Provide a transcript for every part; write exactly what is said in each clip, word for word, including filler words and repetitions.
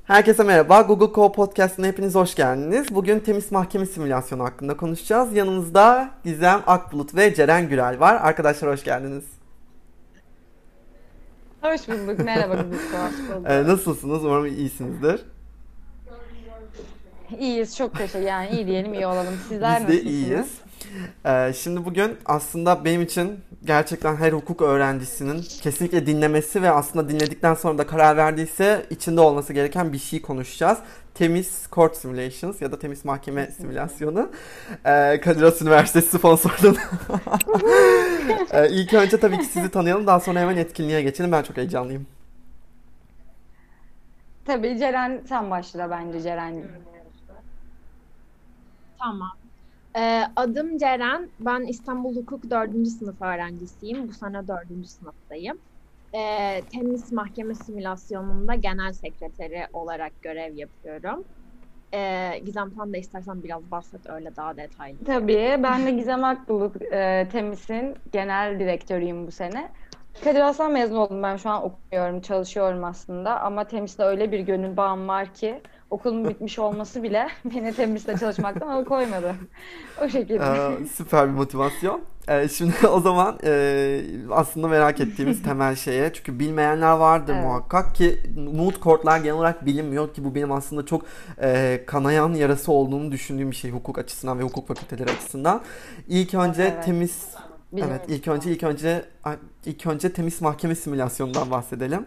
Herkese merhaba. Google Co Podcast'ına hepiniz hoş geldiniz. Bugün temiz mahkeme simülasyonu hakkında konuşacağız. Yanımızda Gizem Akbulut ve Ceren Gürel var. Arkadaşlar hoş geldiniz. Hoş bulduk. Merhaba Gülüşko, hoş Ee, bulduk. nasılsınız? Umarım iyisinizdir. İyiyiz, çok teşekkür. Yani iyi diyelim, iyi olalım. Sizler Biz de nasılsınız? iyiyiz. Ee, şimdi bugün aslında benim için gerçekten her hukuk öğrencisinin kesinlikle dinlemesi ve aslında dinledikten sonra da karar verdiyse içinde olması gereken bir şey konuşacağız. Temiz Court Simulations ya da Temiz Mahkeme Kesinlikle. Simülasyonu. Ee, Kadir Has Üniversitesi sponsorluğu. Ee, ilk önce tabii ki sizi tanıyalım. Daha sonra hemen etkinliğe geçelim. Ben çok heyecanlıyım. Tabii Ceren, sen başla bence Ceren'cim. Tamam. Ee, adım Ceren. Ben İstanbul Hukuk dördüncü sınıf öğrencisiyim. Bu sene dördüncü sınıftayım. Ee, tenis mahkeme simülasyonunda genel sekreteri olarak görev yapıyorum. Ee, Gizem sen de istersen biraz bahset öyle daha detaylı. Tabii, ben de Gizem Akbulut, e, Temis'in genel direktörüyüm bu sene. Kadir Has'tan mezun oldum, ben şu an okuyorum, çalışıyorum aslında. Ama Temis'le öyle bir gönül bağım var ki okulun bitmiş olması bile beni Temis'le çalışmaktan alıkoymadı. O şekilde. Ee, süper bir motivasyon. Ee, şimdi o zaman e, aslında merak ettiğimiz temel şeye, çünkü bilmeyenler vardır Evet. muhakkak ki moot court'lar genel olarak bilinmiyor ki bu benim aslında çok e, kanayan yarası olduğunu düşündüğüm bir şey hukuk açısından ve hukuk fakülteleri açısından. İlk önce Evet. temiz evet Biliyorum. ilk önce ilk önce ilk önce temiz mahkeme simülasyonundan bahsedelim.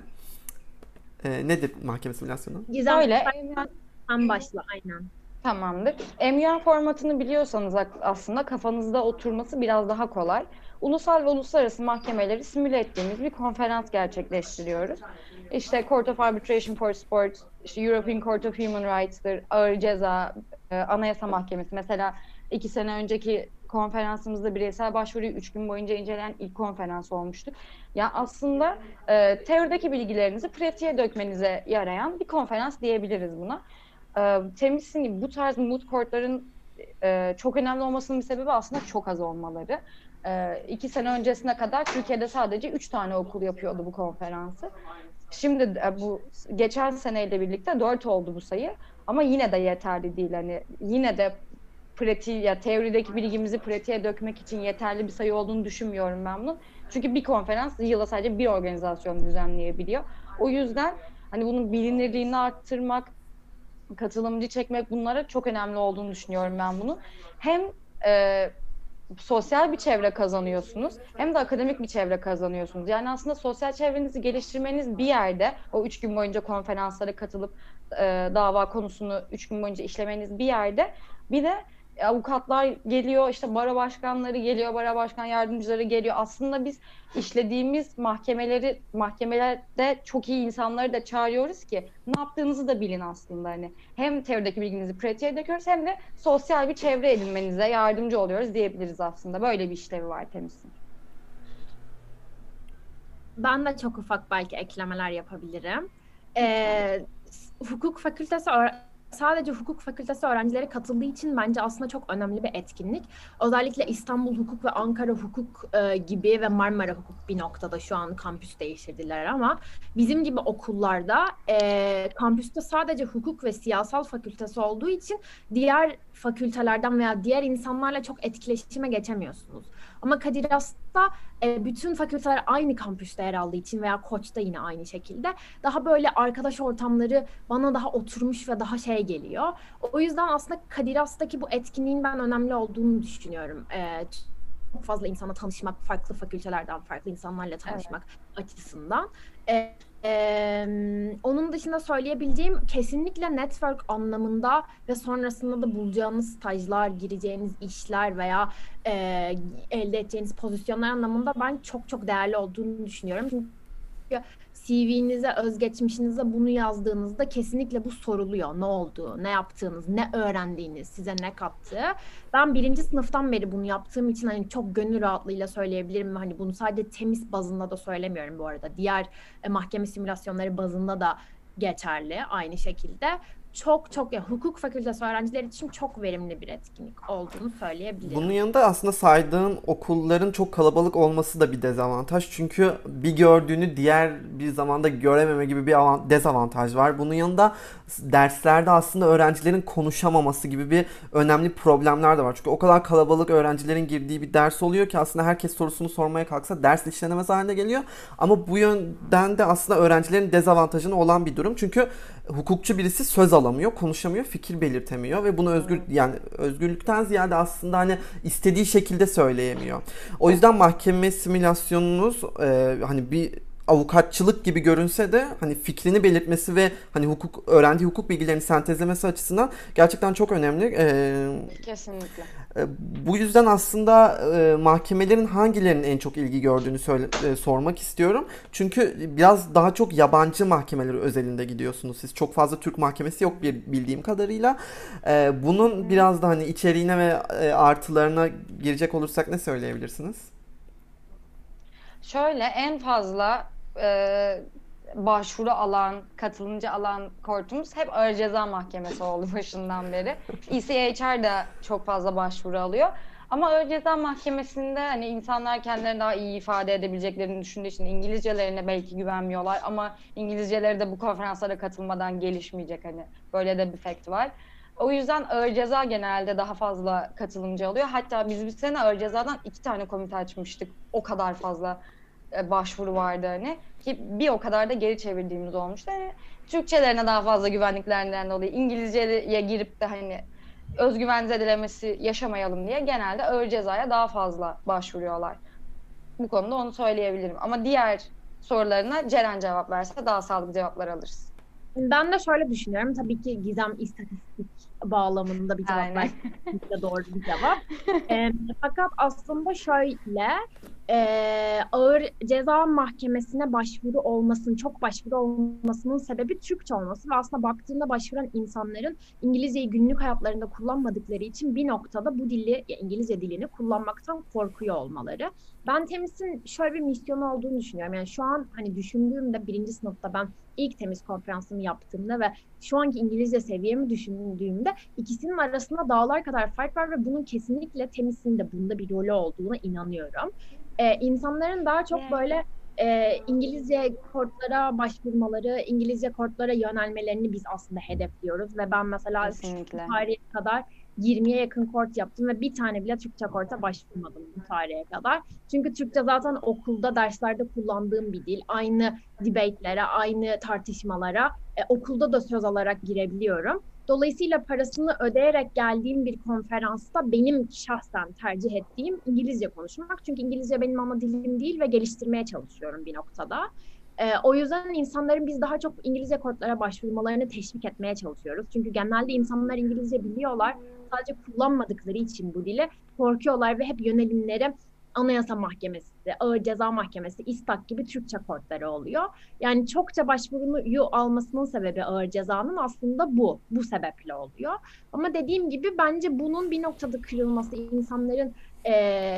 Ee, nedir mahkeme simülasyonu? Gizem Şöyle, istersen sen başla aynen. tamamdır. M U N formatını biliyorsanız ak- aslında kafanızda oturması biraz daha kolay. Ulusal ve uluslararası mahkemeleri simüle ettiğimiz bir konferans gerçekleştiriyoruz. İşte Court of Arbitration for Sport, işte European Court of Human Rights'tır, Ağır Ceza, e, Anayasa Mahkemesi. Mesela iki sene önceki konferansımızda bireysel başvuruyu üç gün boyunca inceleyen ilk konferans olmuştu. Ya aslında e, teorideki bilgilerinizi pratiğe dökmenize yarayan bir konferans diyebiliriz buna. E, Temizsin gibi bu tarz moot court'ların e, çok önemli olmasının bir sebebi aslında çok az olmaları. E, iki sene öncesine kadar Türkiye'de sadece üç tane okul yapıyordu bu konferansı. Şimdi e, bu geçen seneyle birlikte dört oldu bu sayı. Ama yine de yeterli değil. Hani yine de pratiği ya teorideki bilgimizi pratiğe dökmek için yeterli bir sayı olduğunu düşünmüyorum ben bunun. Çünkü bir konferans yılda sadece bir organizasyon düzenleyebiliyor. O yüzden hani bunun bilinirliğini arttırmak, katılımcı çekmek bunlara çok önemli olduğunu düşünüyorum ben bunu. Hem e, sosyal bir çevre kazanıyorsunuz hem de akademik bir çevre kazanıyorsunuz. Yani aslında sosyal çevrenizi geliştirmeniz bir yerde o üç gün boyunca konferanslara katılıp e, dava konusunu üç gün boyunca işlemeniz bir yerde bir de avukatlar geliyor işte baro başkanları geliyor baro başkan yardımcıları geliyor. Aslında biz işlediğimiz mahkemeleri mahkemelerde çok iyi insanları da çağırıyoruz ki ne yaptığınızı da bilin aslında hani. Hem teorideki bilginizi pratiğe döküyoruz hem de sosyal bir çevre edinmenize yardımcı oluyoruz diyebiliriz aslında. Böyle bir işlevi var temizin. Ben de çok ufak belki eklemeler yapabilirim. Ee, hukuk fakültesi sadece hukuk fakültesi öğrencileri katıldığı için bence aslında çok önemli bir etkinlik. Özellikle İstanbul Hukuk ve Ankara Hukuk e, gibi ve Marmara Hukuk bir noktada şu an kampüs değiştirdiler ama bizim gibi okullarda e, kampüste sadece hukuk ve siyasal fakültesi olduğu için diğer fakültelerden veya diğer insanlarla çok etkileşime geçemiyorsunuz. Ama Kadir Has'ta e, bütün fakülteler aynı kampüste yer aldığı için veya Koç'ta yine aynı şekilde daha böyle arkadaş ortamları bana daha oturmuş ve daha şey geliyor. O yüzden aslında Kadir Has'taki bu etkinliğin ben önemli olduğunu düşünüyorum. E, çok fazla insana tanışmak, farklı fakültelerden farklı insanlarla Evet. tanışmak açısından. E, e, onun dışında söyleyebileceğim kesinlikle network anlamında ve sonrasında da bulacağınız stajlar, gireceğiniz işler veya e, elde edeceğiniz pozisyonlar anlamında ben çok çok değerli olduğunu düşünüyorum. Çünkü C V'nize, özgeçmişinize bunu yazdığınızda kesinlikle bu soruluyor. Ne oldu, ne yaptığınız, ne öğrendiğiniz, size ne kattığı. Ben birinci sınıftan beri bunu yaptığım için hani çok gönül rahatlığıyla söyleyebilirim. Hani bunu sadece temiz bazında da söylemiyorum bu arada. Diğer e, mahkeme simülasyonları bazında da geçerli aynı şekilde. çok çok ya hukuk fakültesi öğrencileri için çok verimli bir etkinlik olduğunu söyleyebilirim. Bunun yanında aslında saydığın okulların çok kalabalık olması da bir dezavantaj. Çünkü bir gördüğünü diğer bir zamanda görememe gibi bir avant- dezavantaj var. Bunun yanında derslerde aslında öğrencilerin konuşamaması gibi bir önemli problemler de var. Çünkü o kadar kalabalık öğrencilerin girdiği bir ders oluyor ki aslında herkes sorusunu sormaya kalksa ders işlenemez haline geliyor. Ama bu yönden de aslında öğrencilerin dezavantajına olan bir durum. Çünkü hukukçu birisi söz alamıyor, konuşamıyor, fikir belirtemiyor ve bunu özgür yani özgürlükten ziyade aslında hani istediği şekilde söyleyemiyor. O yüzden mahkeme simülasyonunuz e, hani bir avukatçılık gibi görünse de hani fikrini belirtmesi ve hani hukuk öğrendiği hukuk bilgilerini sentezlemesi açısından gerçekten çok önemli. E, Kesinlikle. e, bu yüzden aslında e, mahkemelerin hangilerinin en çok ilgi gördüğünü söyle, e, sormak istiyorum. Çünkü biraz daha çok yabancı mahkemeleri özelinde gidiyorsunuz. Siz çok fazla Türk mahkemesi yok bir bildiğim kadarıyla. E, bunun biraz da hani içeriğine ve e, artılarına girecek olursak ne söyleyebilirsiniz? Şöyle en fazla e, başvuru alan, katılımcı alan kortumuz hep Ağır Ceza Mahkemesi oldu başından beri. E C H R da çok fazla başvuru alıyor. Ama Ağır Ceza Mahkemesi'nde hani insanlar kendilerini daha iyi ifade edebileceklerini düşündüğü için İngilizcelerine belki güvenmiyorlar ama İngilizceleri de bu konferanslara katılmadan gelişmeyecek, hani böyle de bir fact var. O yüzden Ağır Ceza genelde daha fazla katılımcı alıyor. Hatta biz bir sene Ağır Ceza'dan iki tane komite açmıştık. O kadar fazla e, başvuru vardı hani. Ki bir o kadar da geri çevirdiğimiz olmuştu. Hani Türkçelerine daha fazla güvenliklerinden dolayı İngilizceye girip de hani özgüven zedelemesi yaşamayalım diye genelde Ağır Ceza'ya daha fazla başvuruyorlar. Bu konuda onu söyleyebilirim. Ama diğer sorularına Ceren cevap verse daha sağlıklı cevaplar alırız. Ben de şöyle düşünüyorum. Tabii ki Gizem istatistik bağlamında bir cevap Aynen. verdi. Kesinlikle doğru bir cevap. E, fakat aslında şöyle e, ağır ceza mahkemesine başvuru olmasının, çok başvuru olmasının sebebi Türkçe olması ve aslında baktığında başvuran insanların İngilizceyi günlük hayatlarında kullanmadıkları için bir noktada bu dili, ya İngilizce dilini kullanmaktan korkuyor olmaları. Ben Temiz'in şöyle bir misyonu olduğunu düşünüyorum. Yani şu an hani düşündüğümde birinci sınıfta ben ilk Temiz konferansımı yaptığımda ve şu anki İngilizce seviyemi düşündüğümde ikisinin arasında dağlar kadar fark var ve bunun kesinlikle Temiz'in de bunda bir rolü olduğuna inanıyorum. Ee, insanların daha çok böyle e, İngilizce kortlara başvurmaları, İngilizce kortlara yönelmelerini biz aslında hedefliyoruz ve ben mesela şu Kesinlikle. tarihe kadar yirmiye yakın kort yaptım ve bir tane bile Türkçe korta başvurmadım bu tarihe kadar. Çünkü Türkçe zaten okulda, derslerde kullandığım bir dil. Aynı debate'lere, aynı tartışmalara e, okulda da söz alarak girebiliyorum. Dolayısıyla parasını ödeyerek geldiğim bir konferansta benim şahsen tercih ettiğim İngilizce konuşmak. Çünkü İngilizce benim ana dilim değil ve geliştirmeye çalışıyorum bir noktada. Ee, o yüzden insanların biz daha çok İngilizce kortlara başvurmalarını teşvik etmeye çalışıyoruz. Çünkü genelde insanlar İngilizce biliyorlar. Sadece kullanmadıkları için bu dili korkuyorlar ve hep yönelimleri Anayasa Mahkemesi, Ağır Ceza Mahkemesi, İstak gibi Türkçe kortları oluyor. Yani çokça başvuruyu almasının sebebi ağır cezanın aslında bu. Bu sebeple oluyor. Ama dediğim gibi bence bunun bir noktada kırılması, insanların e,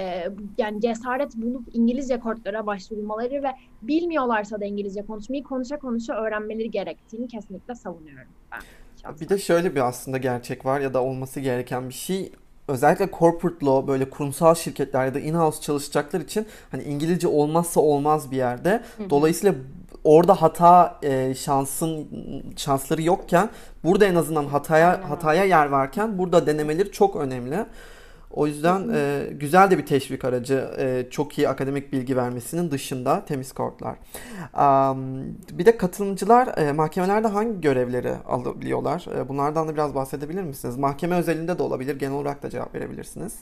yani cesaret bulup İngilizce kortlara başvurmaları ve bilmiyorlarsa da İngilizce konuşmayı konuşa konuşa öğrenmeleri gerektiğini kesinlikle savunuyorum ben şahsen. Bir de şöyle bir aslında gerçek var ya da olması gereken bir şey. Özellikle corporate law böyle kurumsal şirketler ya da in-house çalışacaklar için hani İngilizce olmazsa olmaz bir yerde. Dolayısıyla orada hata e, şansın şansları yokken burada en azından hataya hataya yer varken burada denemeleri çok önemli. O yüzden e, güzel de bir teşvik aracı, e, çok iyi akademik bilgi vermesinin dışında temiz kortlar. Am, bir de katılımcılar e, mahkemelerde hangi görevleri alabiliyorlar? E, bunlardan da biraz bahsedebilir misiniz? Mahkeme özelinde de olabilir, genel olarak da cevap verebilirsiniz.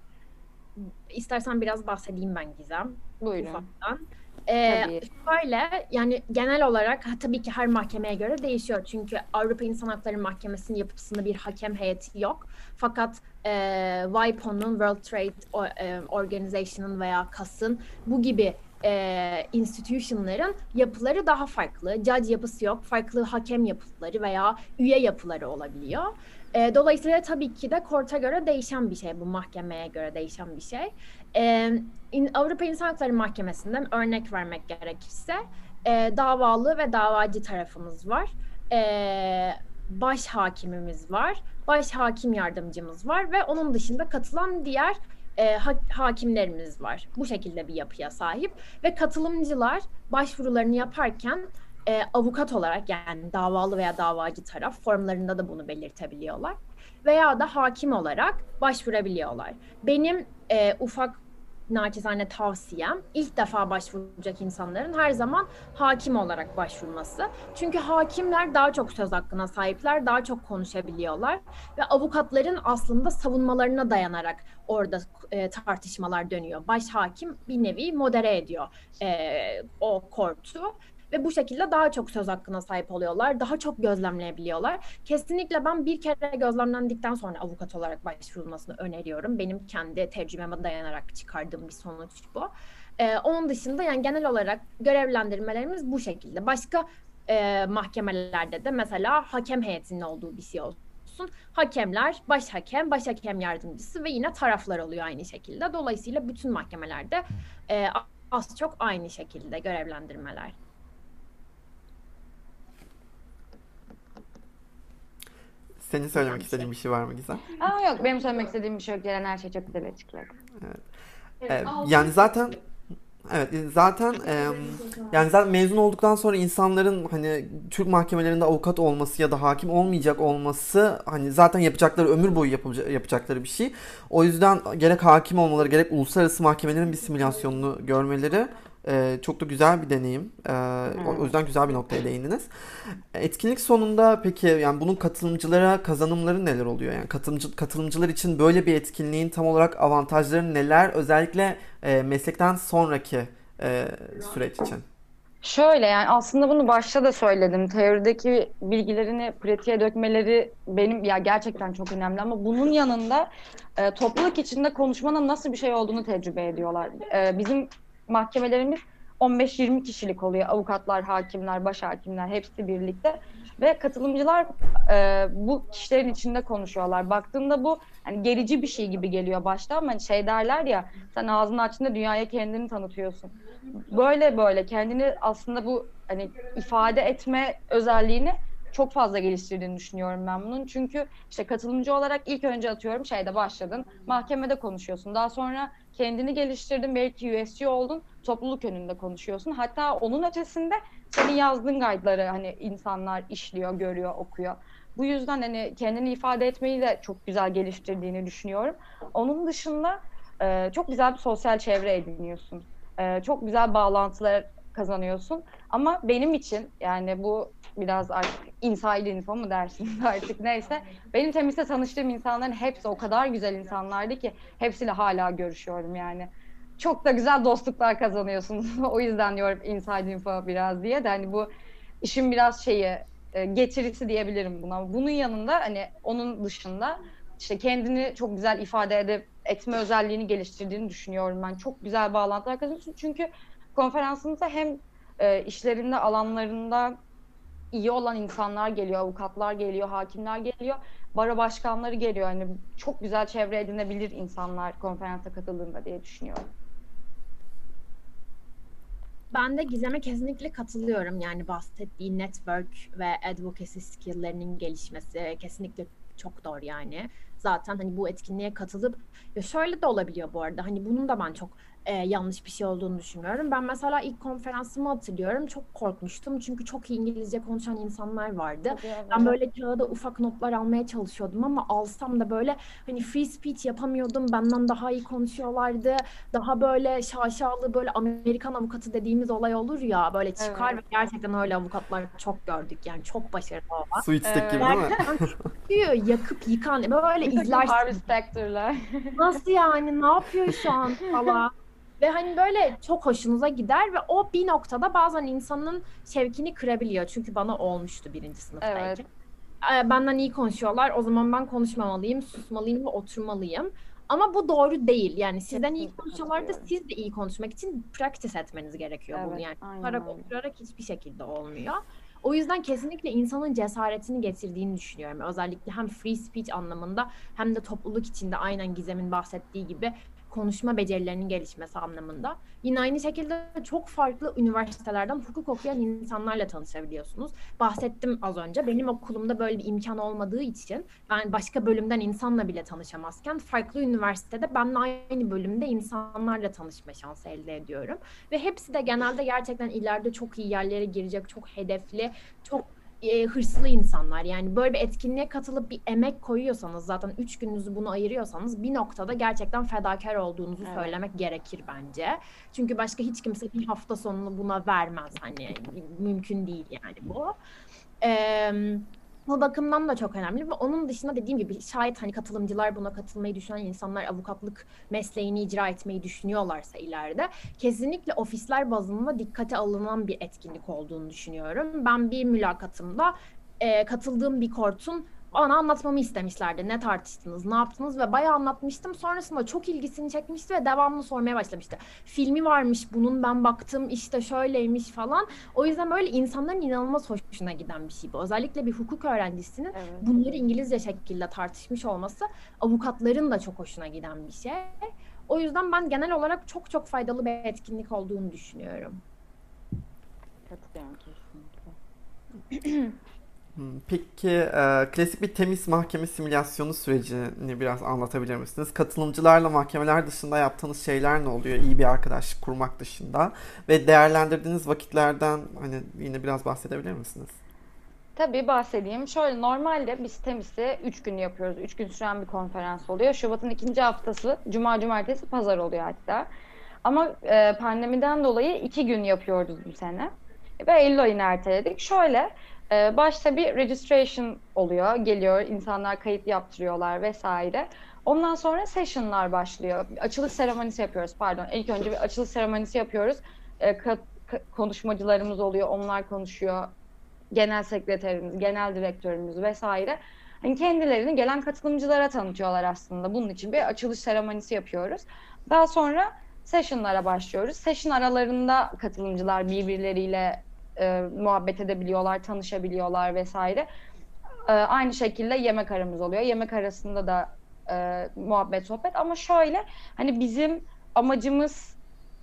İstersen biraz bahsedeyim ben Gizem. Buyurun. Ufaktan. Ee, Tabii. şöyle yani genel olarak ha, tabii ki her mahkemeye göre değişiyor. Çünkü Avrupa İnsan Hakları Mahkemesi'nin yapısında bir hakem heyeti yok. Fakat e, WIPO'nun, World Trade O- e, Organization'ın veya CAS'ın bu gibi e, institutionların yapıları daha farklı. Judge yapısı yok. Farklı hakem yapıları veya üye yapıları olabiliyor. E, dolayısıyla tabii ki de korta göre değişen bir şey bu, mahkemeye göre değişen bir şey. E, in, Avrupa İnsan Hakları Mahkemesi'nden örnek vermek gerekirse e, davalı ve davacı tarafımız var. E, baş hakimimiz var, baş hakim yardımcımız var ve onun dışında katılan diğer e, ha- hakimlerimiz var. Bu şekilde bir yapıya sahip ve katılımcılar başvurularını yaparken e, avukat olarak, yani davalı veya davacı taraf formlarında da bunu belirtebiliyorlar veya da hakim olarak başvurabiliyorlar. Benim e, ufak naçizane tavsiyem, ilk defa başvuracak insanların her zaman hakim olarak başvurması. Çünkü hakimler daha çok söz hakkına sahipler, daha çok konuşabiliyorlar ve avukatların aslında savunmalarına dayanarak orada e, tartışmalar dönüyor. Baş hakim bir nevi modere ediyor e, o kortu. Ve bu şekilde daha çok söz hakkına sahip oluyorlar, daha çok gözlemleyebiliyorlar. Kesinlikle ben bir kere gözlemlendikten sonra avukat olarak başvurulmasını öneriyorum. Benim kendi tecrübeme dayanarak çıkardığım bir sonuç bu. Ee, onun dışında yani genel olarak görevlendirmelerimiz bu şekilde. Başka e, mahkemelerde de mesela hakem heyetinin olduğu bir şey olsun. Hakemler, baş hakem, baş hakem yardımcısı ve yine taraflar oluyor aynı şekilde. Dolayısıyla bütün mahkemelerde e, az çok aynı şekilde görevlendirmeler. Senin söylemek istediğin bir şey var mı Gizem? Aa, yok, benim söylemek istediğim bir şey yok. Gelen her şey çok güzel açıkladı. Ee, yani zaten evet zaten e, yani zaten mezun olduktan sonra insanların hani Türk mahkemelerinde avukat olması ya da hakim olmayacak olması hani zaten yapacakları ömür boyu yapılca- yapacakları bir şey. O yüzden gerek hakim olmaları gerek uluslararası mahkemelerin bir simülasyonunu görmeleri e, çok da güzel bir deneyim. E, o yüzden güzel bir noktaya değindiniz. Etkinlik sonunda peki yani bunun katılımcılara kazanımları neler oluyor? Yani katılımcı, katılımcılar için böyle bir etkinliğin tam olarak avantajları neler? Özellikle e, meslekten sonraki e, süreç için. Şöyle, yani aslında bunu başta da söyledim. Teorideki bilgilerini pratiğe dökmeleri benim ya gerçekten çok önemli, ama bunun yanında e, topluluk içinde konuşmanın nasıl bir şey olduğunu tecrübe ediyorlar. E, bizim mahkemelerimiz on beş yirmi kişilik oluyor. Avukatlar, hakimler, başhakimler hepsi birlikte ve katılımcılar e, bu kişilerin içinde konuşuyorlar. Baktığında bu hani gerici bir şey gibi geliyor başta, ama hani şey derler ya, sen ağzını açtığında dünyaya kendini tanıtıyorsun. Böyle böyle kendini aslında bu hani ifade etme özelliğini çok fazla geliştirdiğini düşünüyorum ben bunun. Çünkü işte katılımcı olarak ilk önce atıyorum şeyde başladın, mahkemede konuşuyorsun. Daha sonra kendini geliştirdin, belki U S G oldun, topluluk önünde konuşuyorsun. Hatta onun ötesinde senin yazdığın guide'ları hani insanlar işliyor, görüyor, okuyor. Bu yüzden hani kendini ifade etmeyi de çok güzel geliştirdiğini düşünüyorum. Onun dışında e, çok güzel bir sosyal çevre ediniyorsun. E, çok güzel bağlantılar kazanıyorsun. Ama benim için yani bu biraz artık inside info mu dersiniz artık neyse. Benim temizde tanıştığım insanların hepsi o kadar güzel insanlardı ki hepsiyle hala görüşüyorum yani. Çok da güzel dostluklar kazanıyorsunuz. O yüzden diyorum inside info biraz diye de hani bu işin biraz şeyi e, getirisi diyebilirim buna. Bunun yanında hani onun dışında işte kendini çok güzel ifade edip etme özelliğini geliştirdiğini düşünüyorum ben. Çok güzel bağlantılar kazanıyorsun. Çünkü konferansınıza hem e, işlerinde, alanlarında iyi olan insanlar geliyor, avukatlar geliyor, hakimler geliyor, baro başkanları geliyor. Hani çok güzel çevre edinebilir insanlar konferansa katıldığında diye düşünüyorum. Ben de Gizem'e kesinlikle katılıyorum. Yani bahsettiği network ve advocacy skill'lerinin gelişmesi kesinlikle çok doğru yani. Zaten hani bu etkinliğe katılıp ya şöyle de olabiliyor bu arada. Hani bunun da ben çok e, yanlış bir şey olduğunu düşünüyorum. Ben mesela ilk konferansımı hatırlıyorum. Çok korkmuştum. Çünkü çok iyi İngilizce konuşan insanlar vardı. Tabii, evet. Ben böyle kağıda ufak notlar almaya çalışıyordum ama alsam da böyle hani free speech yapamıyordum. Benden daha iyi konuşuyorlardı. Daha böyle şaşalı, böyle Amerikan avukatı dediğimiz olay olur ya, böyle çıkar Evet. ve gerçekten öyle avukatlar çok gördük yani, çok başarılı olan. Su içtik Evet. gibi değil mi? Gerçekten çıkıyor, yakıp yıkan böyle Bir takım izlersin. Harvey Specter'lar. Nasıl yani, ne yapıyor şu an falan. Ve hani böyle çok hoşunuza gider ve o bir noktada bazen insanın şevkini kırabiliyor. Çünkü bana olmuştu birinci sınıftayken. Evet. Ee, Benden iyi konuşuyorlar, o zaman ben konuşmamalıyım, susmalıyım ve oturmalıyım. Ama bu doğru değil. Yani sizden iyi Kesinlikle konuşuyorlar da katılıyorum. siz de iyi konuşmak için practice etmeniz gerekiyor bunu. Evet, Yani aynen oturarak öyle. oturarak hiçbir şekilde olmuyor. O yüzden kesinlikle insanın cesaretini getirdiğini düşünüyorum. Özellikle hem free speech anlamında hem de topluluk içinde aynen Gizem'in bahsettiği gibi konuşma becerilerinin gelişmesi anlamında. Yine aynı şekilde çok farklı üniversitelerden hukuk okuyan insanlarla tanışabiliyorsunuz. Bahsettim az önce. Benim okulumda böyle bir imkan olmadığı için ben başka bölümden insanla bile tanışamazken farklı üniversitede benimle aynı bölümde insanlarla tanışma şansı elde ediyorum. Ve hepsi de genelde gerçekten ileride çok iyi yerlere girecek, çok hedefli, çok e, hırslı insanlar. Yani böyle bir etkinliğe katılıp bir emek koyuyorsanız, zaten üç gününüzü bunu ayırıyorsanız bir noktada gerçekten fedakar olduğunuzu Evet. söylemek gerekir bence. Çünkü başka hiç kimse bir hafta sonunu buna vermez. Hani mümkün değil yani bu. Eee O bakımdan da çok önemli ve onun dışında dediğim gibi şayet hani katılımcılar, buna katılmayı düşünen insanlar avukatlık mesleğini icra etmeyi düşünüyorlarsa ileride kesinlikle ofisler bazında dikkate alınan bir etkinlik olduğunu düşünüyorum. Ben bir mülakatımda e, katıldığım bir kortun bana anlatmamı istemişlerdi. Ne tartıştınız, ne yaptınız ve bayağı anlatmıştım. Sonrasında çok ilgisini çekmişti ve devamlı sormaya başlamıştı. Filmi varmış bunun, ben baktım işte şöyleymiş falan. O yüzden böyle insanların inanılmaz hoşuna giden bir şey bu. Özellikle bir hukuk öğrencisinin Evet. bunları İngilizce şekilde tartışmış olması avukatların da çok hoşuna giden bir şey. O yüzden ben genel olarak çok çok faydalı bir etkinlik olduğunu düşünüyorum. Katılıyorum kesinlikle. Hmm, Peki e, klasik bir temiz mahkeme simülasyonu sürecini biraz anlatabilir misiniz? Katılımcılarla mahkemeler dışında yaptığınız şeyler ne oluyor? İyi bir arkadaşlık kurmak dışında ve değerlendirdiğiniz vakitlerden hani yine biraz bahsedebilir misiniz? Tabii bahsedeyim. Şöyle normalde biz Temis'i üç gün yapıyoruz. üç gün süren bir konferans oluyor. Şubat'ın ikinci haftası Cuma, Cumartesi, Pazar oluyor hatta. Ama e, pandemiden dolayı iki gün yapıyoruz bu sene. Ve Eylül ayını erteledik. Şöyle e, başta bir registration oluyor. Geliyor, insanlar kayıt yaptırıyorlar vesaire. Ondan sonra session'lar başlıyor. Açılış seremonisi yapıyoruz pardon. İlk önce bir açılış seremonisi yapıyoruz. E, ka- ka- konuşmacılarımız oluyor. Onlar konuşuyor. Genel sekreterimiz, genel direktörümüz vesaire. Hani kendilerini gelen katılımcılara tanıtıyorlar aslında. Bunun için bir açılış seremonisi yapıyoruz. Daha sonra session'lara başlıyoruz. Session aralarında katılımcılar birbirleriyle e, muhabbet edebiliyorlar, tanışabiliyorlar vesaire. E, aynı şekilde yemek aramız oluyor. Yemek arasında da e, muhabbet, sohbet. Ama şöyle, hani bizim amacımız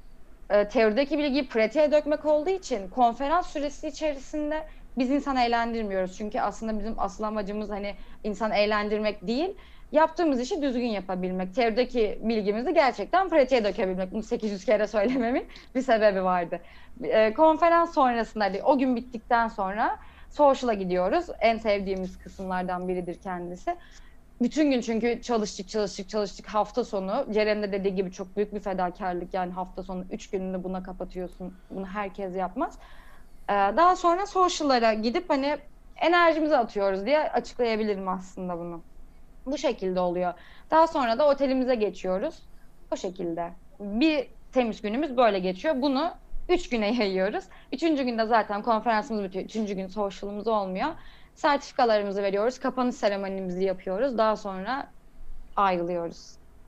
e, teorideki bilgiyi pratiğe dökmek olduğu için konferans süresi içerisinde biz insan eğlendirmiyoruz. Çünkü aslında bizim asıl amacımız hani insan eğlendirmek değil, yaptığımız işi düzgün yapabilmek. Teorideki bilgimizi gerçekten pratiğe dökebilmek. Bunu sekiz yüz kere söylememin bir sebebi vardı. E, konferans sonrasında, hani o gün bittikten sonra social'a gidiyoruz. En sevdiğimiz kısımlardan biridir kendisi. Bütün gün çünkü çalıştık çalıştık çalıştık hafta sonu. Cerem de dediği gibi çok büyük bir fedakarlık, yani hafta sonu üç gününü buna kapatıyorsun. Bunu herkes yapmaz. Ee, daha sonra social'lara gidip hani enerjimizi atıyoruz diye açıklayabilirim aslında bunu. Bu şekilde oluyor. Daha sonra da otelimize geçiyoruz. O şekilde. Bir temiz günümüz böyle geçiyor. Bunu üç güne yayıyoruz. Üçüncü günde zaten konferansımız bitiyor. Üçüncü gün social'ımız olmuyor. Sertifikalarımızı veriyoruz. Kapanış seremonimizi yapıyoruz. Daha sonra ayrılıyoruz.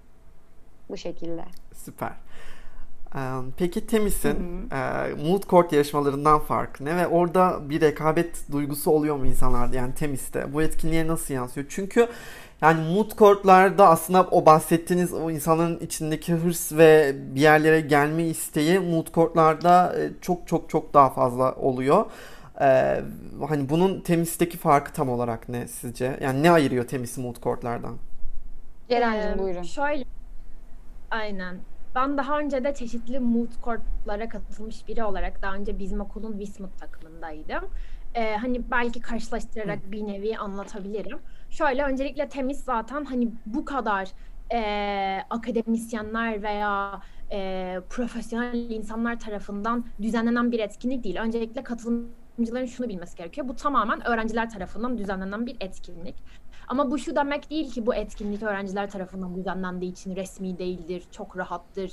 Bu şekilde. Süper. Ee, Peki Temis'in e, Moot Court yarışmalarından farkı ne ve orada bir rekabet duygusu oluyor mu insanlarda, yani Temis'te? Bu etkinliğe nasıl yansıyor? Çünkü yani Moot Court'larda aslında o bahsettiğiniz o insanların içindeki hırs ve bir yerlere gelme isteği Moot Court'larda e, çok çok çok daha fazla oluyor. Ee, hani bunun Temis'teki farkı tam olarak ne sizce? Yani ne ayırıyor Temis'i Moot Court'lardan? Ceren'cim Ee, buyurun. Şöyle, aynen. Ben daha önce de çeşitli moot court'lara katılmış biri olarak daha önce bizim okulun Wismut takımındaydım. Ee, hani belki karşılaştırarak bir nevi anlatabilirim. Şöyle, öncelikle temiz zaten hani bu kadar e, akademisyenler veya e, profesyonel insanlar tarafından düzenlenen bir etkinlik değil. Öncelikle katılımcıların şunu bilmesi gerekiyor. Bu tamamen öğrenciler tarafından düzenlenen bir etkinlik. Ama bu şu demek değil ki bu etkinlik öğrenciler tarafından düzenlendiği için resmi değildir, çok rahattır,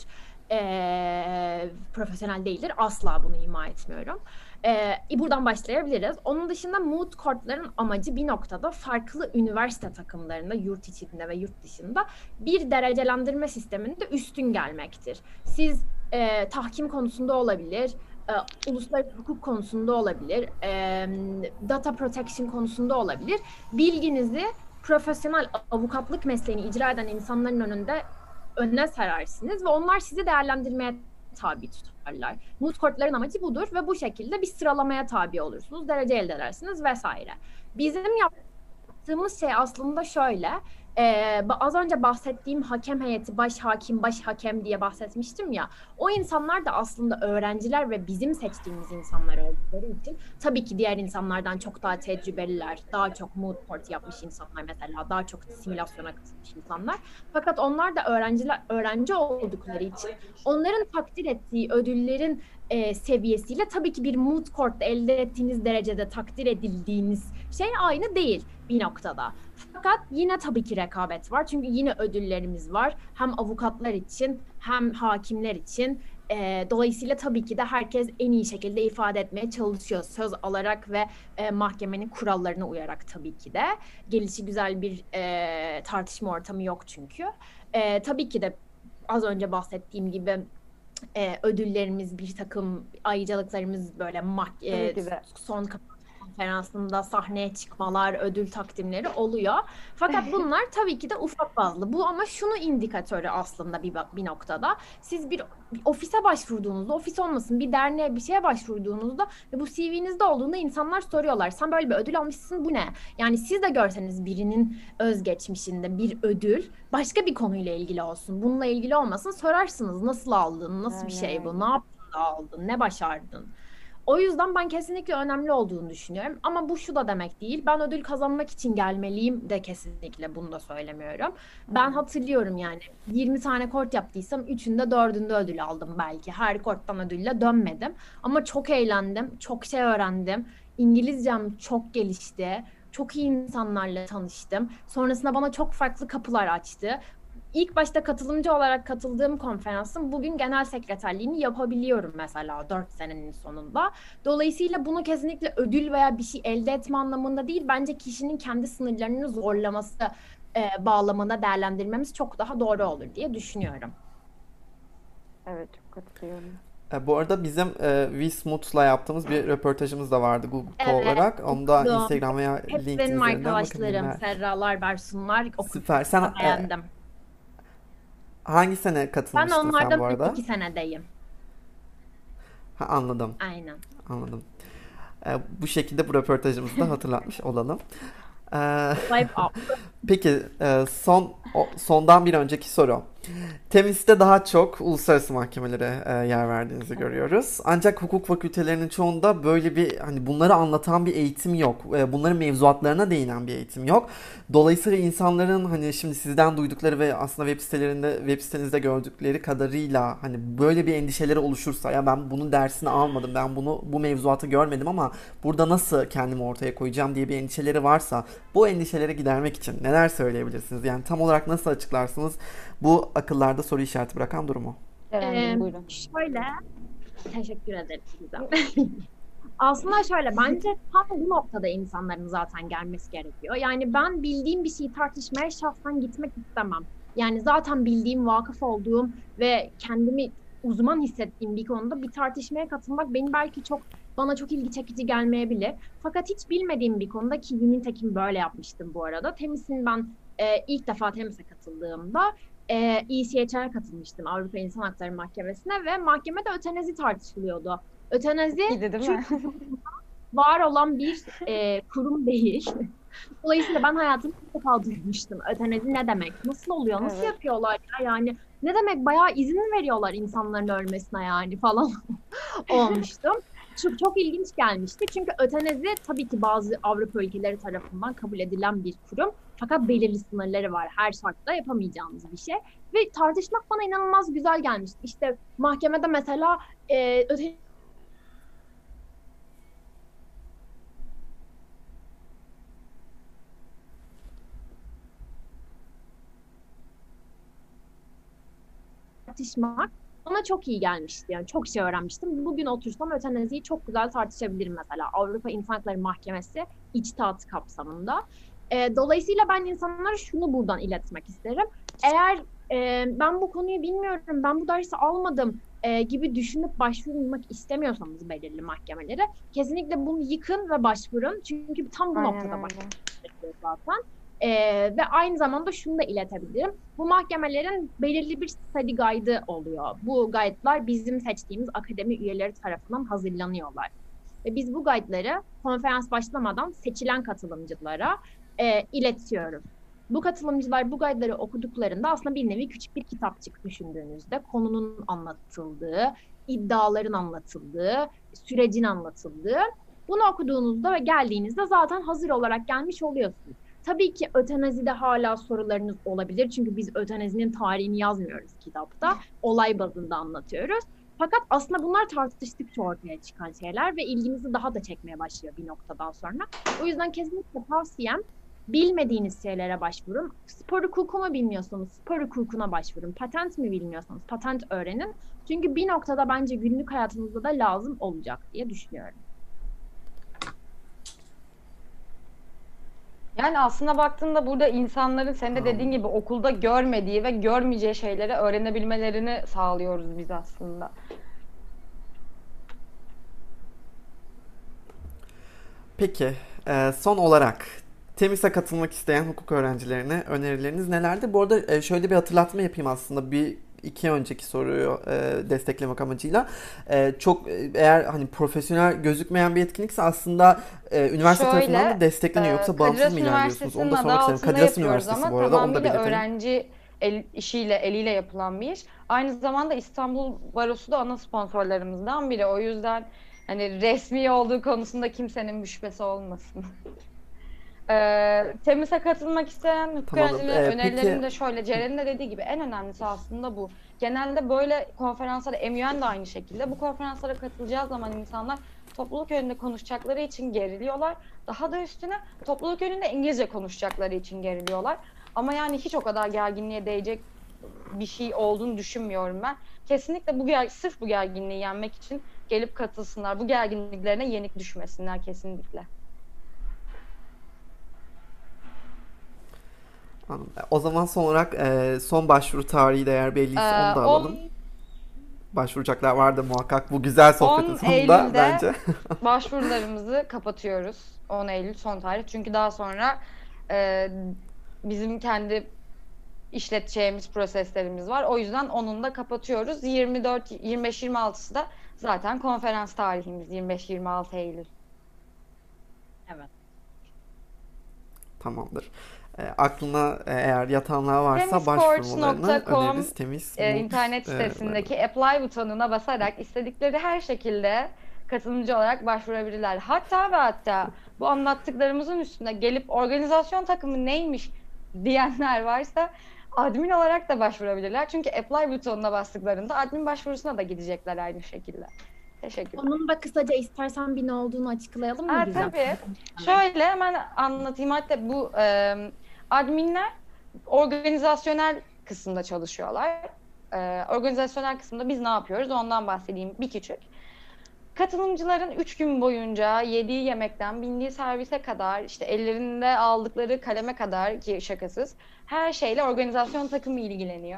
eee, profesyonel değildir. Asla bunu ima etmiyorum. Eee, buradan başlayabiliriz. Onun dışında moot court'ların amacı bir noktada farklı üniversite takımlarında, yurt içinde ve yurt dışında bir derecelendirme sisteminde üstün gelmektir. Siz eee, tahkim konusunda olabilir, e, uluslararası hukuk konusunda olabilir, e, data protection konusunda olabilir. Bilginizi profesyonel avukatlık mesleğini icra eden insanların önünde önüne serersiniz ve onlar sizi değerlendirmeye tabi tutarlar. Moot court'ların amacı budur ve bu şekilde bir sıralamaya tabi olursunuz, derece elde edersiniz vesaire. Bizim yaptığımız şey aslında şöyle, Ee, az önce bahsettiğim hakem heyeti, baş hakim, baş hakem diye bahsetmiştim ya. O insanlar da aslında öğrenciler ve bizim seçtiğimiz insanlar oldukları için tabii ki diğer insanlardan çok daha tecrübeliler, daha çok moot court yapmış insanlar mesela, daha çok simülasyona katılmış insanlar. Fakat onlar da öğrenciler, öğrenci oldukları için onların takdir ettiği ödüllerin e, seviyesiyle tabii ki bir moot court'ta elde ettiğiniz derecede takdir edildiğiniz şey aynı değil bir noktada. Fakat yine tabii ki rekabet var. Çünkü yine ödüllerimiz var. Hem avukatlar için hem hakimler için. E, dolayısıyla tabii ki de herkes en iyi şekilde ifade etmeye çalışıyor. Söz alarak ve e, mahkemenin kurallarına uyarak tabii ki de. Gelişi güzel bir e, tartışma ortamı yok çünkü. E, tabii ki de az önce bahsettiğim gibi e, ödüllerimiz, bir takım ayrıcalıklarımız böyle mah- e, son konferansında sahneye çıkmalar, ödül takdimleri oluyor. Fakat bunlar tabii ki de ufak bazlı. Bu ama şunu indikatörü aslında bir, bir noktada. Siz bir, bir ofise başvurduğunuzda, ofis olmasın bir derneğe bir şeye başvurduğunuzda ve bu C V'nizde olduğunda insanlar soruyorlar. Sen böyle bir ödül almışsın, bu ne? Yani siz de görseniz birinin özgeçmişinde bir ödül başka bir konuyla ilgili olsun. Bununla ilgili olmasın, sorarsınız nasıl aldın, nasıl bir şey bu, ne yaptın da aldın, ne başardın? O yüzden ben kesinlikle önemli olduğunu düşünüyorum. Ama bu şu da demek değil. Ben ödül kazanmak için gelmeliyim de kesinlikle bunu da söylemiyorum. Ben hatırlıyorum yani yirmi tane kort yaptıysam üçünde dördünde ödül aldım belki. Her korttan ödülle dönmedim. Ama çok eğlendim. Çok şey öğrendim. İngilizcem çok gelişti. Çok iyi insanlarla tanıştım. Sonrasında bana çok farklı kapılar açtı. İlk başta katılımcı olarak katıldığım konferansın bugün genel sekreterliğini yapabiliyorum mesela dört senenin sonunda. Dolayısıyla bunu kesinlikle ödül veya bir şey elde etme anlamında değil, bence kişinin kendi sınırlarını zorlaması e, bağlamında değerlendirmemiz çok daha doğru olur diye düşünüyorum. Evet, çok katılıyorum. E, bu arada bizim e, Wismut'la yaptığımız bir röportajımız da vardı Google Call Evet, olarak. Onu da okudum. Instagram veya Hep LinkedIn benim üzerinden arkadaşlarım, bakabilirler. Serralar, Bersunlar. Süper. Sen e, Beğendim. hangi sene Ben katılmıştın sen bu onlardan arada? iki senedeyim. Ha, anladım. Aynen. Anladım. E, bu şekilde bu röportajımızı da hatırlatmış olalım. E, Swipe up. Peki e, son o- sondan bir önceki soru. Temiz'de daha çok uluslararası mahkemelere e, yer verdiğinizi görüyoruz. Ancak hukuk fakültelerinin çoğunda böyle bir hani bunları anlatan bir eğitim yok. E, bunların mevzuatlarına değinen bir eğitim yok. Dolayısıyla insanların hani şimdi sizden duydukları ve aslında web sitelerinde web sitenizde gördükleri kadarıyla hani böyle bir endişeleri oluşursa ya ben bunun dersini almadım, ben bunu bu mevzuatı görmedim ama burada nasıl kendimi ortaya koyacağım diye bir endişeleri varsa bu endişeleri gidermek için neler söyleyebilirsiniz? Yani tam olarak nasıl açıklarsınız bu akıllarda soru işareti bırakan durumu? Eren'cim Ee, buyurun. şöyle, teşekkür ederim Gizem. Aslında şöyle, bence tam bu noktada insanların zaten gelmesi gerekiyor. Yani ben bildiğim bir şeyi tartışmaya şahsen gitmek istemem. Yani zaten bildiğim, vakıf olduğum ve kendimi uzman hissettiğim bir konuda bir tartışmaya katılmak benim belki çok bana çok ilgi çekici gelmeyebilir. Fakat hiç bilmediğim bir konuda ki Unitekim böyle yapmıştım bu arada. Temiz'in ben e, ilk defa Temiz'e katıldığımda e, E C H R'a katılmıştım, Avrupa İnsan Hakları Mahkemesi'ne ve mahkemede ötenezi tartışılıyordu. Ötenezi İyiydi değil mi? var olan bir e, kurum değil. Dolayısıyla ben hayatımda ilk defa duymuştum. Ötenezi ne demek? Nasıl oluyor? Nasıl Evet. yapıyorlar ya? Yani ne demek? Bayağı izin mi veriyorlar insanların ölmesine yani falan olmuştum. Çok, çok ilginç gelmişti. Çünkü ötenezi tabii ki bazı Avrupa ülkeleri tarafından kabul edilen bir kurum. Fakat belirli sınırları var. Her şartta yapamayacağımız bir şey. Ve tartışmak bana inanılmaz güzel gelmişti. İşte mahkemede mesela e, ötenezi tartışmak bana çok iyi gelmişti. Yani çok şey öğrenmiştim. Bugün otursam ötenaziyi çok güzel tartışabilirim mesela. Avrupa İnsan Hakları Mahkemesi içtihatı kapsamında. E, dolayısıyla ben insanlara şunu buradan iletmek isterim. Eğer e, ben bu konuyu bilmiyorum, ben bu dersi almadım e, gibi düşünüp başvurmak istemiyorsanız belirli mahkemelere kesinlikle bunu yıkın ve başvurun. Çünkü tam bu Aynen noktada öyle. başvurmak gerekiyor zaten. Ee, ve aynı zamanda şunu da iletebilirim. Bu mahkemelerin belirli bir study guide'ı oluyor. Bu guide'lar bizim seçtiğimiz akademi üyeleri tarafından hazırlanıyorlar. Ve biz bu guide'ları konferans başlamadan seçilen katılımcılara e, iletiyoruz. Bu katılımcılar bu guide'ları okuduklarında aslında bir nevi küçük bir kitapçık düşündüğünüzde konunun anlatıldığı, iddiaların anlatıldığı, sürecin anlatıldığı. Bunu okuduğunuzda ve geldiğinizde zaten hazır olarak gelmiş oluyorsunuz. Tabii ki ötenazide hala sorularınız olabilir. Çünkü biz ötenazinin tarihini yazmıyoruz kitapta. Olay bazında anlatıyoruz. Fakat aslında bunlar tartıştıkça ortaya çıkan şeyler ve ilgimizi daha da çekmeye başlıyor bir noktadan sonra. O yüzden kesinlikle tavsiyem bilmediğiniz şeylere başvurun. Spor hukuku mu bilmiyorsanız spor hukukuna başvurun. Patent mi bilmiyorsanız patent öğrenin. Çünkü bir noktada bence günlük hayatınızda da lazım olacak diye düşünüyorum. Yani aslında baktığında burada insanların senin de dediğin gibi okulda görmediği ve görmeyeceği şeyleri öğrenebilmelerini sağlıyoruz biz aslında. Peki, e, son olarak TEMİS'e katılmak isteyen hukuk öğrencilerine önerileriniz nelerdir? Bu arada e, şöyle bir hatırlatma yapayım aslında bir iki önceki soruyu e, desteklemek amacıyla. E, çok e, eğer hani profesyonel gözükmeyen bir etkinlikse aslında e, üniversite Şöyle, tarafından da destekleniyor. e, Yoksa Kadir bağımsız Has mı ilerliyorsunuz? Onu Üniversitesi'nin da adı sormak istedim. altında Kadir Has yapıyoruz Üniversitesi ama bu arada, onu da tamamıyla belirtelim. öğrenci el, işiyle, eliyle yapılan bir iş. Aynı zamanda İstanbul Barosu da ana sponsorlarımızdan biri. O yüzden hani resmi olduğu konusunda kimsenin müşkülesi olmasın. Ee, TEMİS'e katılmak isteyen hukuk Tamam. öğrencilerine E, önerilerim peki de şöyle. Ceren'in de dediği gibi en önemlisi aslında bu. Genelde böyle konferanslara, M U N de aynı şekilde. Bu konferanslara katılacağı zaman insanlar topluluk önünde konuşacakları için geriliyorlar. Daha da üstüne topluluk önünde İngilizce konuşacakları için geriliyorlar. Ama yani hiç o kadar gerginliğe değecek bir şey olduğunu düşünmüyorum ben. Kesinlikle bu ger sırf bu gerginliği yenmek için gelip katılsınlar. Bu gerginliklerine yenik düşmesinler kesinlikle. anladım. O zaman son olarak e, son başvuru tarihi de eğer belliyse onu Ee, da alalım. Başvuracaklar vardı muhakkak bu güzel sohbetin on sonunda Eylül'de bence. başvurularımızı kapatıyoruz. on Eylül son tarih. Çünkü daha sonra e, bizim kendi işleteceğimiz proseslerimiz var. O yüzden onun da kapatıyoruz. yirmi dört, yirmi beş, yirmi altısı da zaten konferans tarihimiz. yirmi beş yirmi altı Eylül. Evet. Tamamdır. E, aklına e, eğer yatanlar varsa temiz başvurmalarını courts nokta com öneririz. Temiz e, Mut internet e, sitesindeki apply butonuna basarak istedikleri her şekilde katılımcı olarak başvurabilirler. Hatta ve hatta bu anlattıklarımızın üstüne gelip organizasyon takımı neymiş diyenler varsa admin olarak da başvurabilirler. Çünkü apply butonuna bastıklarında admin başvurusuna da gidecekler aynı şekilde. Teşekkürler. Onun da kısaca istersen bir ne olduğunu açıklayalım mı Ha, güzel? tabii. Şöyle hemen anlatayım. Hatta bu e, adminler organizasyonel kısımda çalışıyorlar. E, organizasyonel kısımda biz ne yapıyoruz? Ondan bahsedeyim bir küçük. Katılımcıların üç gün boyunca yediği yemekten bindiği servise kadar işte ellerinde aldıkları kaleme kadar ki şakasız her şeyle organizasyon takımı ilgileniyor.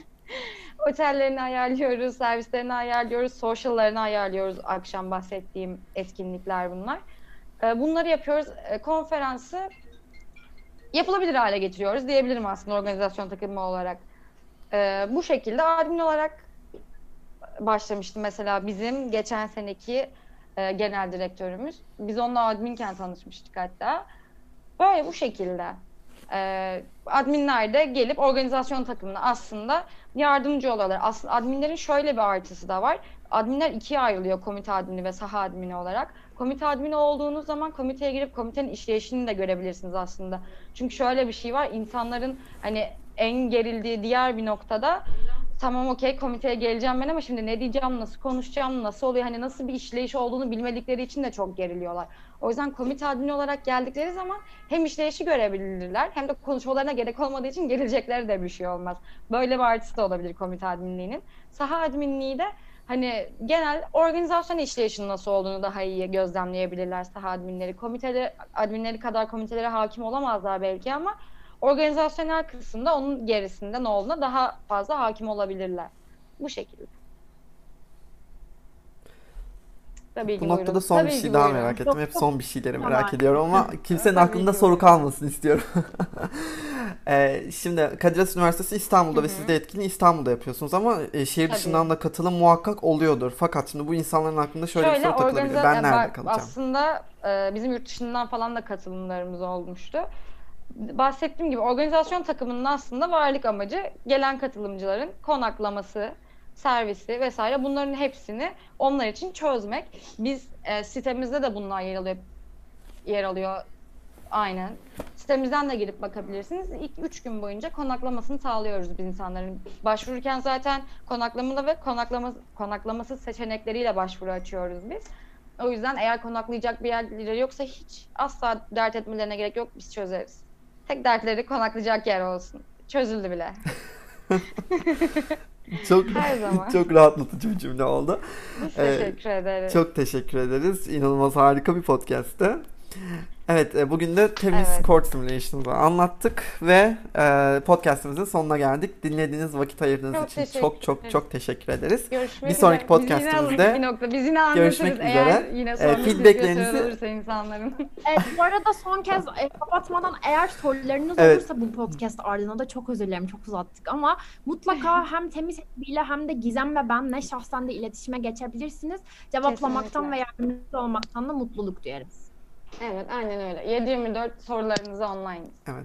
Otellerini ayarlıyoruz, servislerini ayarlıyoruz, social'larını ayarlıyoruz. Akşam bahsettiğim etkinlikler bunlar. E, bunları yapıyoruz. E, konferansı yapılabilir hale getiriyoruz diyebilirim aslında organizasyon takımı olarak. Ee, bu şekilde admin olarak başlamıştı mesela bizim geçen seneki e, genel direktörümüz. Biz onunla adminken tanışmıştık hatta. Böyle bu şekilde. Ee, adminler de gelip organizasyon takımına aslında yardımcı oluyorlar. Aslında adminlerin şöyle bir artısı da var. Adminler ikiye ayrılıyor, komite admini ve saha admini olarak. Komite admini olduğunuz zaman komiteye girip komitenin işleyişini de görebilirsiniz aslında. Çünkü şöyle bir şey var, insanların hani en gerildiği diğer bir noktada tamam okey komiteye geleceğim ben ama şimdi ne diyeceğim, nasıl konuşacağım, nasıl oluyor, hani nasıl bir işleyiş olduğunu bilmedikleri için de çok geriliyorlar. O yüzden komite admini olarak geldikleri zaman hem işleyişi görebilirler hem de konuşmalarına gerek olmadığı için gerilecekleri de bir şey olmaz. Böyle bir artısı da olabilir komite adminliğinin. Saha adminliği de hani genel organizasyon işleyişinin nasıl olduğunu daha iyi gözlemleyebilirler saha adminleri. Komiteleri, adminleri kadar komitelere hakim olamazlar belki ama organizasyonel kısımda onun gerisinde ne olduğuna daha fazla hakim olabilirler. Bu şekilde. Tabii ki Bu noktada buyurun. son Tabii bir şey ki daha buyurun. merak ettim. Hep son bir şeyleri merak Tamam. ediyorum ama kimsenin Tabii aklında ki soru buyurun. kalmasın istiyorum. Ee, şimdi Kadir Has Üniversitesi İstanbul'da Hı ve hı. siz de etkinliği İstanbul'da yapıyorsunuz ama e, şehir dışından Tabii. da katılım muhakkak oluyordur. Fakat şimdi bu insanların aklında şöyle bir Şöyle soru takılabilir. organize Ben yani nerede ba- kalacağım? aslında e, bizim yurt dışından falan da katılımlarımız olmuştu. Bahsettiğim gibi organizasyon takımının aslında varlık amacı gelen katılımcıların konaklaması, servisi vesaire bunların hepsini onlar için çözmek. Biz e, sitemizde de bunlar yer alıyor. Yer alıyor. Aynen. Sitemizden de girip bakabilirsiniz. İlk üç gün boyunca konaklamasını sağlıyoruz biz insanların. Başvururken zaten konaklamalı ve konaklama, konaklamasız seçenekleriyle başvuru açıyoruz biz. O yüzden eğer konaklayacak bir yerleri yoksa hiç asla dert etmelerine gerek yok. Biz çözeriz. Tek dertleri konaklayacak yer olsun. Çözüldü bile. Çok Her zaman. çok rahatlatıcı bir cümle oldu. Biz Ee, teşekkür ederiz. Çok teşekkür ederiz. İnanılmaz harika bir podcast'tı. Evet, e, bugün de temiz Evet. Court Simulation'ı anlattık ve e, podcast'imizin sonuna geldik. Dinlediğiniz, vakit ayırdığınız Çok için teşekkür çok çok ederiz. çok teşekkür ederiz. Görüşmek Bir sonraki üzere. Biz yine alındık podcast'imizde bir nokta. Biz yine anlatırız görüşmek eğer üzere. yine Ee, sormak feedbacklerinizi- istiyorsanız olursa insanların. Evet, bu arada son kez e, kapatmadan eğer sorularınız Evet. olursa bu podcast ardına da çok özür dilerim, çok uzattık ama mutlaka hem Temiz ekibiyle hem de Gizem ve benle şahsen de iletişime geçebilirsiniz. Cevaplamaktan Kesinlikle. ve yardımcı olmaktan da mutluluk duyarız. Evet, aynen öyle. yedi yirmi dört sorularınızı online. evet.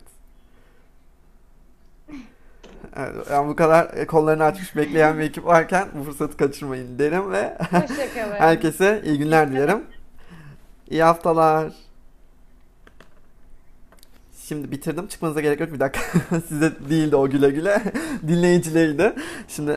Evet, yani bu kadar e, kollarını açmış bekleyen bir ekip varken bu fırsatı kaçırmayın derim ve Hoşçakalın. herkese iyi günler dilerim. İyi haftalar. Şimdi bitirdim. Çıkmanıza gerek yok. Bir dakika. Size değildi o güle güle. Dinleyicileydi. Şimdi